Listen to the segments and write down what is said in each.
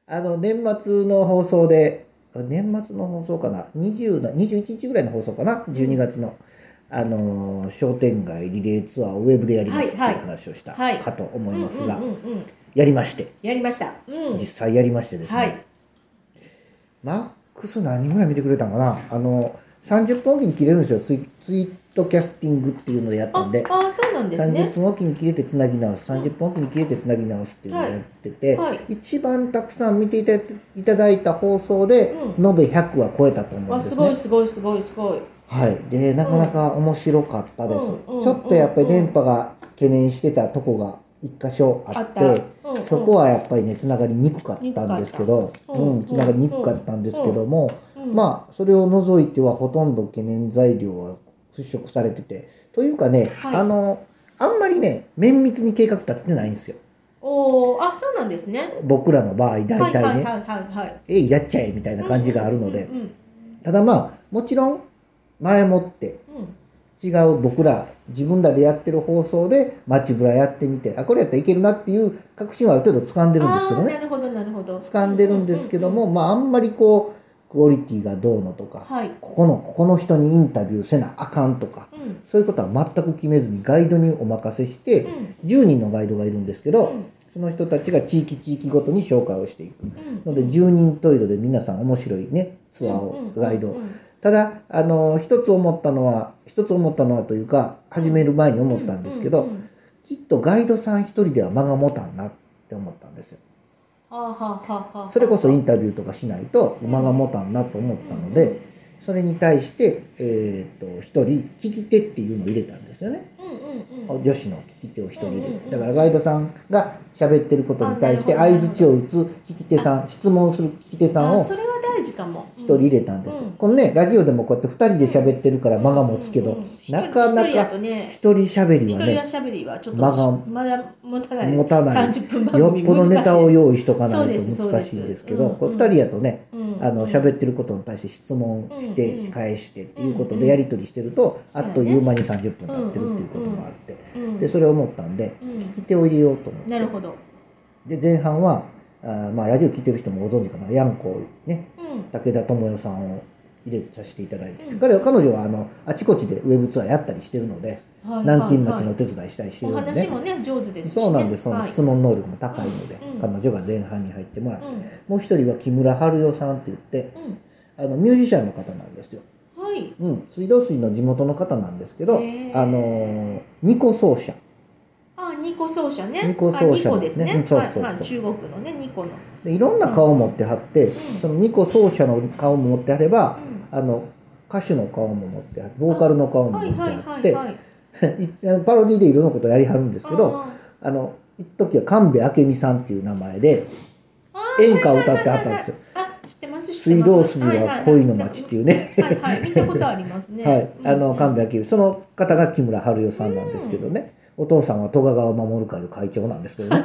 年末の放送で、年末の放送かな、21日ぐらいの放送かな、12月の、商店街リレーツアーをウェブでやりますっていう話をしたかと思いますが、やりました。実際やりましてですね、マックス何人ぐらい見てくれたのかな。30分おきに切れるんですよ。ツイートキャスティングっていうのでやったんで、 そうなんですね。 30分おきに切れてつなぎ直す、30分おきに切れてつなぎ直すっていうのをやってて、一番たくさん見ていただいた放送で、延べ100は超えたと思うんですね。 すごい。 はい。で、なかなか面白かったです。ちょっとやっぱり電波が懸念してたとこが一箇所あって、そこはやっぱりね、つながりにくかったんですけど、つながりにくかったんですけども、まあ、それを除いてはほとんど懸念材料は払拭されてて、というかね、あんまりね、綿密に計画立ててないんですよ。 そうなんですね。 僕らの場合、大体ね、やっちゃえみたいな感じがあるので、ただまあ、もちろん、前もって違う僕ら自分らでやってる放送で街ブラやってみて、これやったらいけるなっていう確信はある程度掴んでるんですけどね。 なるほど掴んでるんですけども、まああんまりこうクオリティがどうのとか、ここの人にインタビューせなあかんとか、そういうことは全く決めずにガイドにお任せして、10人のガイドがいるんですけど、その人たちが地域ごとに紹介をしていくので、10人トイレで皆さん面白いねツアーをガイド。ただ一つ思ったのはというか、始める前に思ったんですけど、きっとガイドさん一人では間が持たんなって思ったんですよ。それこそインタビューとかしないと間が持たんなと思ったので、それに対して一人聞き手っていうのを入れたんですよね。女子の聞き手を一人入れて、だからガイドさんが喋ってることに対して相槌を打つ聞き手さん、質問する聞き手さんを一人入れたんですよ。このね、ラジオでもこうやって二人で喋ってるから間が持つけど、なかなか一人喋りはね、間が持たない。よっぽどネタを用意しとかないと難しいんですけど、これ二人やとね、喋ってることに対して質問して返してっていうことでやり取りしてると、あっという間に30分経ってるっていうこともあって、でそれを思ったんで、聞き手を入れようと思って。 なるほど。 で前半はまあラジオ聞いてる人もご存知かな、ヤンコね、武田智代さんを入れさせていただいて、彼女はあちこちでウェブツアーやったりしてるので、南京町のお手伝いしたりしてるので、 お話もね上手ですしね。 そうなんです。その質問能力も高いので、彼女が前半に入ってもらって、もう一人は木村春代さんって言って、ミュージシャンの方なんですよ。水道水の地元の方なんですけど、ニコ奏者。 ニコ奏者ね。 ニコ奏者ニコですね。 そう中国のね、ニコの。 でいろんな顔を持ってはって、そのニコ奏者の顔も持ってはれば、歌手の顔も持ってはって、ボーカルの顔も持ってはって、パロディでいろんなことをやりはるんですけど、一時は神戸明美さんっていう名前で演歌を歌ってはったんですよ。水道筋は恋の街っていうね。 見たことありますね。 神戸明美、その方が木村春代さんなんですけどね。お父さんは戸川守る会の会長なんですけどね。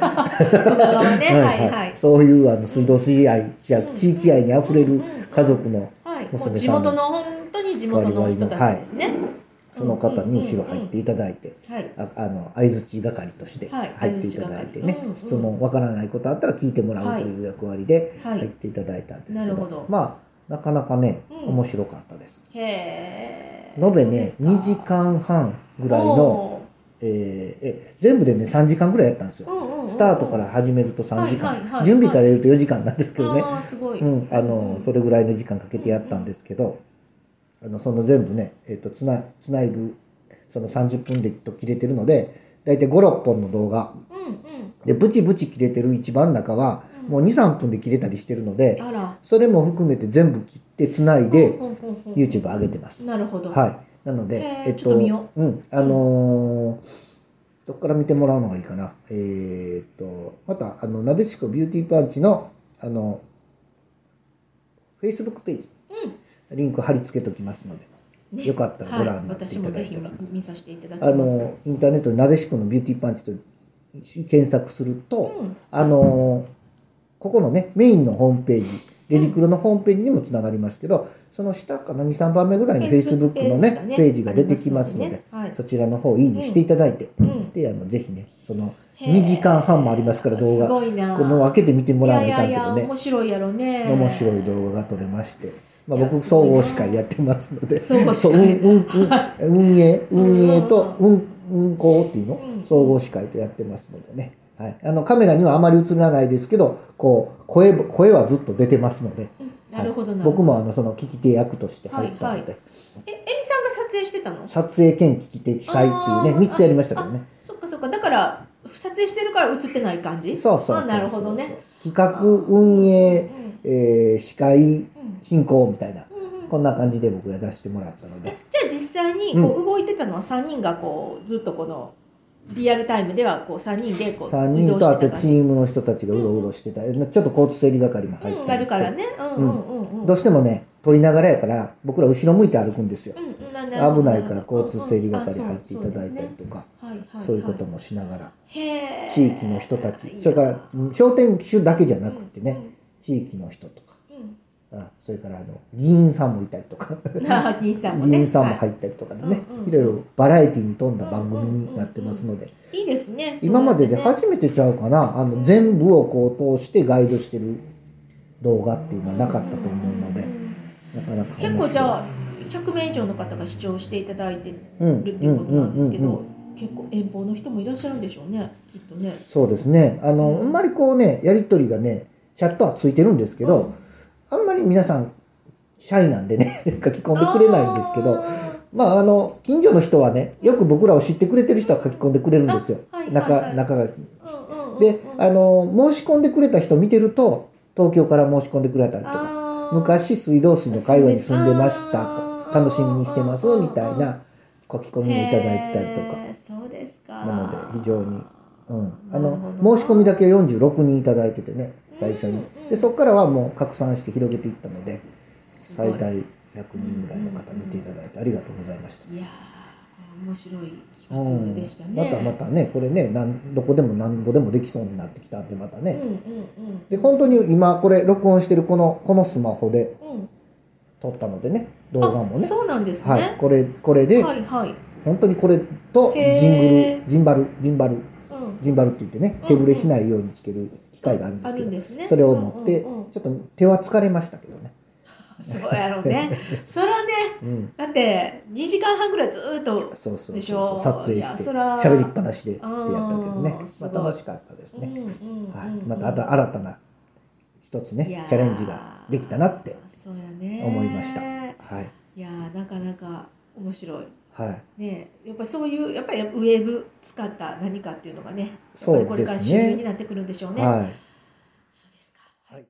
そういう水道水愛、地域愛にあふれる家族の娘さん、 本当に地元の人たちですね。 その方に後ろ入っていただいて、相槌係として入っていただいてね、質問わからないことあったら聞いてもらうという役割で入っていただいたんですけど、まあなかなかね面白かったです。延べね2時間半ぐらいの全部でね3時間ぐらいやったんですよ。スタートから始めると3時間、準備から入れると4時間なんですけどね、それぐらいの時間かけてやったんですけど、その全部ね、つないぐその30分で切れてるので、だいたい5、6本の動画でブチブチ切れてる一番中はもう2、3分で切れたりしてるので、それも含めて全部切ってつないで YouTube 上げてます。 なるほど。 なのでどっから見てもらうのがいいかな。またなでしこビューティーパンチのFacebook ページ、リンク貼り付けときますので、よかったらご覧になっていただいたら、 見させていただきます。 インターネットでなでしこのビューティーパンチと検索すると、ここのねメインのホームページ、レディクロのホームページにもつながりますけど、その下かな 2,3 番目ぐらいに Facebook のねページが出てきますので、そちらの方いいねしていただいて、でぜひねその 2時間半もありますから動画。 すごいな。 この分けて見てもらわないかんけどね。 いや面白いやろね。 面白い動画が撮れまして。僕総合司会やってますので。 総合司会。 運営と運行っていうの、総合司会とやってますのでね。はい。カメラにはあまり映らないですけど、こう声はずっと出てますので。 なるほどな。 僕もその聞き手役として入ったので。 えみさんが撮影してたの？ 撮影兼聞き手司会っていうね、3つやりましたけどね。 そっかそっか。だから撮影してるから映ってない感じ？ そう。 なるほどね。 企画運営、司会進行みたいな、こんな感じで僕が出してもらったので。 じゃあ実際にこう動いてたのは3人がこうずっとこのリアルタイムではこう3人でこう 3人とあとチームの人たちがうろうろしてたり、ちょっと交通整理係も入ったりして、どうしてもね撮りながらやから僕ら後ろ向いて歩くんですよ。危ないから交通整理係入っていただいたりとか、そういうこともしながら地域の人たち、それから商店主だけじゃなくてね、地域の人とか、それから議員さんもいたりとか議員さんも入ったりとかでね、いろいろバラエティに富んだ番組になってますので、 いいですね。 今までで初めてちゃうかな、全部をこう通してガイドしてる動画っていうのはなかったと思うので、なかなか面白い。 結構じゃあ100名以上の方が視聴していただいてるっていうことなんですけど、結構遠方の人もいらっしゃるんでしょうね、きっとね。 そうですね。あんまりこうねやり取りがねチャットはついてるんですけど、あんまり皆さんシャイなんでね書き込んでくれないんですけど、近所の人はねよく僕らを知ってくれてる人は書き込んでくれるんですよ。中が。で、申し込んでくれた人見てると、東京から申し込んでくれたりとか、昔水道水の界隈に住んでましたと、楽しみにしてますみたいな書き込みをいただいてたりとか。 そうですか。 なので非常に、申し込みだけ46人いただいててね、最初に。でそこからはもう拡散して広げていったので、最大100人ぐらいの方見ていただいてありがとうございました。 いやー、面白い企画でしたね。 またねこれねどこでも何ぼでもできそうになってきたんで、またね。で本当に今これ録音してるこのスマホで撮ったのでね、動画もね。 そうなんですね。 はい、これで、本当にこれとジンバルって言ってね、手ぶれしないようにつける機械があるんですけど、それを持ってちょっと手は疲れましたけどね。 そうやろうね。それはね、だって2時間半ぐらいずっとでしょ。 撮影して喋りっぱなしでってやったけどね、楽しかったですね。また新たな一つねチャレンジができたなって思いました。 いやなかなか面白い。 ね、 やっぱりそういうウェブ使った何かっていうのがね、これから主流になってくるんでしょうね。